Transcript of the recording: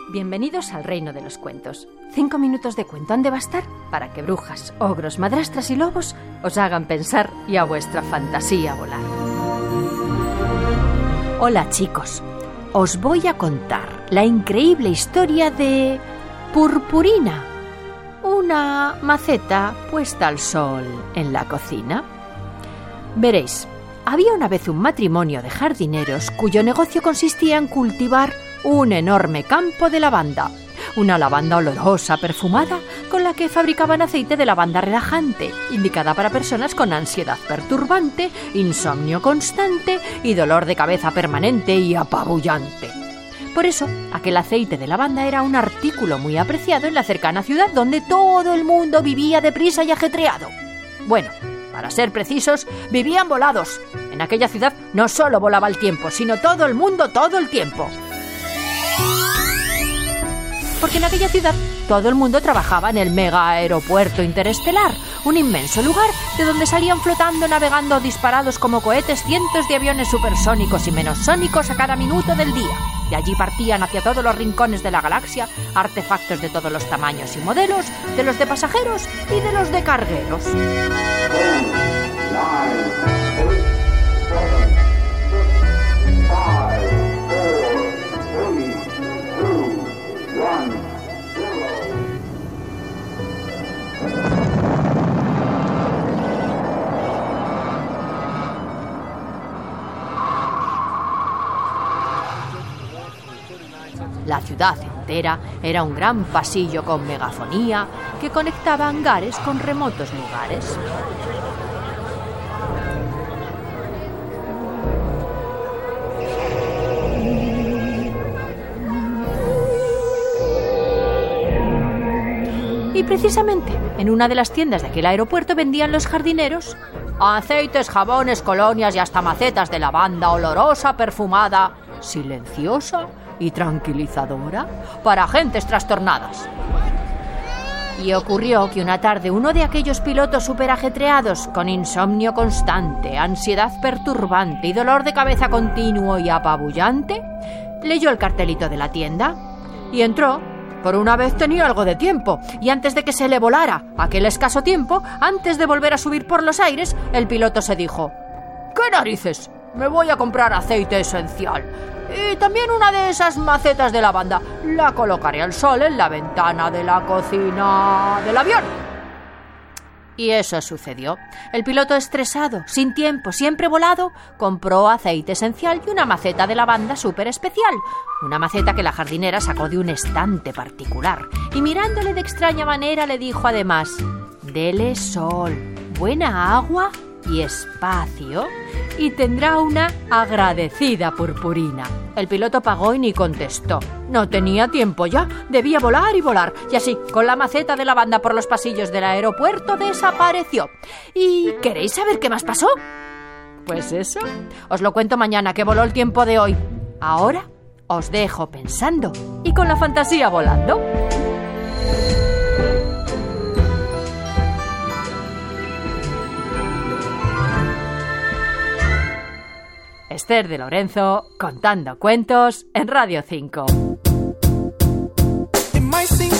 Bienvenidos al reino de los cuentos. 5 minutos de cuento han de bastar para que brujas, ogros, madrastras y lobos os hagan pensar y a vuestra fantasía volar. Hola chicos, os voy a contar la increíble historia de Purpurina, una maceta puesta al sol en la cocina. Veréis, había una vez un matrimonio de jardineros cuyo negocio consistía en cultivar un enorme campo de lavanda, una lavanda olorosa, perfumada, con la que fabricaban aceite de lavanda relajante, indicada para personas con ansiedad perturbante, insomnio constante y dolor de cabeza permanente y apabullante. Por eso, aquel aceite de lavanda era un artículo muy apreciado en la cercana ciudad donde todo el mundo vivía deprisa y ajetreado. Bueno, para ser precisos, vivían volados. En aquella ciudad no solo volaba el tiempo, sino todo el mundo todo el tiempo. Porque en aquella ciudad todo el mundo trabajaba en el mega aeropuerto interestelar, un inmenso lugar de donde salían flotando, navegando o disparados como cohetes cientos de aviones supersónicos y menosónicos a cada minuto del día. De allí partían hacia todos los rincones de la galaxia artefactos de todos los tamaños y modelos, de los de pasajeros y de los de cargueros. La ciudad entera era un gran pasillo con megafonía que conectaba hangares con remotos lugares. Y precisamente en una de las tiendas de aquel aeropuerto vendían los jardineros aceites, jabones, colonias y hasta macetas de lavanda olorosa, perfumada, silenciosa y tranquilizadora para gentes trastornadas. Y ocurrió que una tarde uno de aquellos pilotos superajetreados, con insomnio constante, ansiedad perturbante y dolor de cabeza continuo y apabullante, leyó el cartelito de la tienda y entró. Por una vez tenía algo de tiempo, y antes de que se le volara aquel escaso tiempo, antes de volver a subir por los aires, el piloto se dijo: ¿qué narices? Me voy a comprar aceite esencial. Y también una de esas macetas de lavanda. La colocaré al sol en la ventana de la cocina del avión. Y eso sucedió. El piloto estresado, sin tiempo, siempre volado, compró aceite esencial y una maceta de lavanda súper especial. Una maceta que la jardinera sacó de un estante particular. Y mirándole de extraña manera le dijo además: dele sol, buena agua y espacio, y tendrá una agradecida purpurina. El piloto pagó y ni contestó. No tenía tiempo ya, debía volar y volar. Y así, con la maceta de lavanda por los pasillos del aeropuerto, desapareció. ¿Y queréis saber qué más pasó? Pues eso, os lo cuento mañana, que voló el tiempo de hoy. Ahora os dejo pensando y con la fantasía volando. Esther de Lorenzo, contando cuentos en Radio 5.